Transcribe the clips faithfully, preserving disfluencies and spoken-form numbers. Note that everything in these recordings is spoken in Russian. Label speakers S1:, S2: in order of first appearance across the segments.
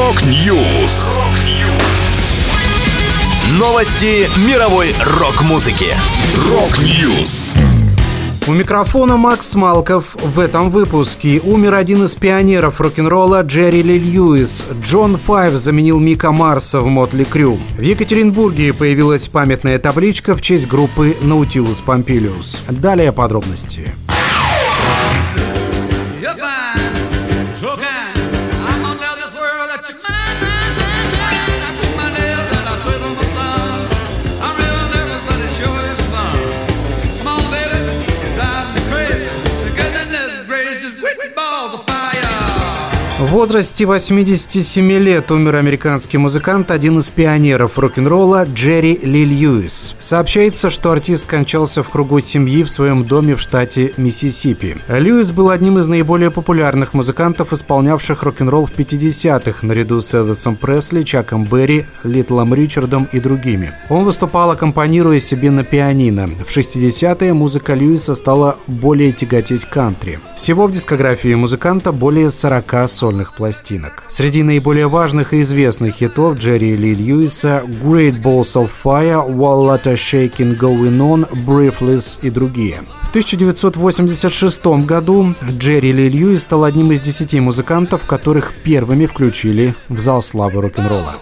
S1: Рок-Ньюс. Новости мировой рок-музыки. Рок-Ньюс.
S2: У микрофона Макс Малков. В этом выпуске умер один из пионеров рок-н-ролла Джерри Ли Льюис. Джон Файв заменил Мика Марса в Мотли Крю. В Екатеринбурге появилась памятная табличка в честь группы Nautilus Pompilius. Далее подробности. В возрасте восьмидесяти семи лет умер американский музыкант, один из пионеров рок-н-ролла Джерри Ли Льюис. Сообщается, что артист скончался в кругу семьи в своем доме в штате Миссисипи. Льюис был одним из наиболее популярных музыкантов, исполнявших рок-н-ролл в пятидесятых, наряду с Элвисом Пресли, Чаком Берри, Литлом Ричардом и другими. Он выступал, аккомпанируя себе на пианино. В шестидесятые музыка Льюиса стала более тяготеть кантри. Всего в дискографии музыканта более сорока сольных пластинок. Среди наиболее важных и известных хитов Джерри Ли Льюиса Great Balls of Fire, Whole Lotta Shaking Going On, Breathless и другие. В тысяча девятьсот восемьдесят шестом году Джерри Ли Льюис стал одним из десяти музыкантов, которых первыми включили в зал славы рок-н-ролла.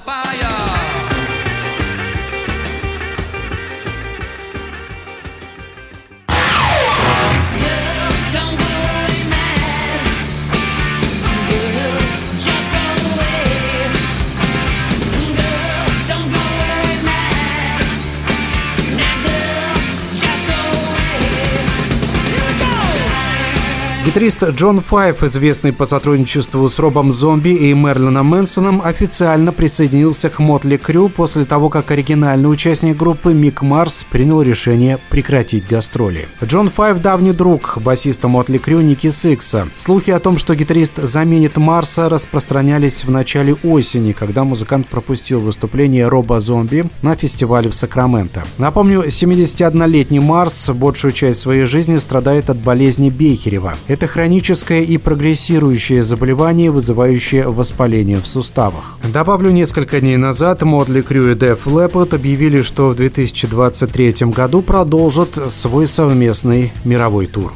S2: Гитарист Джон Файв, известный по сотрудничеству с Робом Зомби и Мерлином Мэнсоном, официально присоединился к Мотли Крю после того, как оригинальный участник группы Мик Марс принял решение прекратить гастроли. Джон Файв – давний друг басиста Мотли Крю Ники Сикса. Слухи о том, что гитарист заменит Марса, распространялись в начале осени, когда музыкант пропустил выступление Роба Зомби на фестивале в Сакраменто. Напомню, семидесятиоднолетний Марс большую часть своей жизни страдает от болезни Бейхерева. Это хроническое и прогрессирующее заболевание, вызывающее воспаление в суставах. Добавлю, несколько дней назад Мотли Крю и Def Leppard объявили, что в две тысячи двадцать третьем году продолжат свой совместный мировой тур.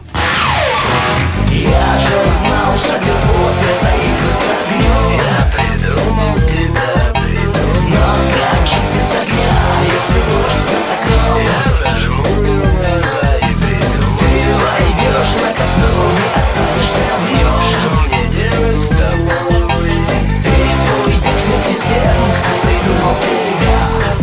S2: Я же знал, что любовь — это игры с огнем. Я придумал тебя, придумал. Но как же без огня, если хочется так ровно? Я зажму глаза и приду. Ты войдешь в этот дом и останешься в нем. Что мне делать с тобой? Ты уйдешь вместе с тем, кто придумал тебя.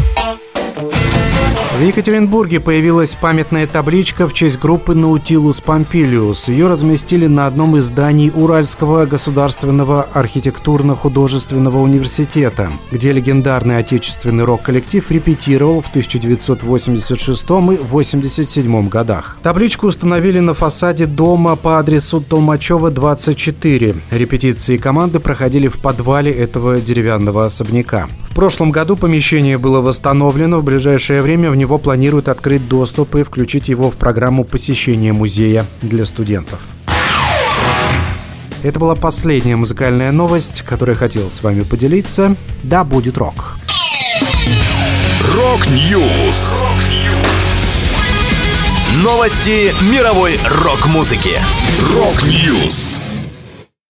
S2: В Екатеринбурге появилась памятная табличка в честь группы Nautilus Pompilius. Ее разместили на одном из зданий Уральского государственного архитектурно-художественного университета, где легендарный отечественный рок-коллектив репетировал в тысяча девятьсот восемьдесят шестом и восемьдесят седьмом годах. Табличку установили на фасаде дома по адресу Толмачева, двадцать четыре. Репетиции команды проходили в подвале этого деревянного особняка. В прошлом году помещение было восстановлено, в ближайшее время в него планируют открыть доступ и включить его в программу посещения музея для студентов. Это была последняя музыкальная новость, которую я хотел с вами поделиться. Да будет рок!
S1: Рок-Ньюс. Новости мировой рок-музыки. Рок-Ньюс.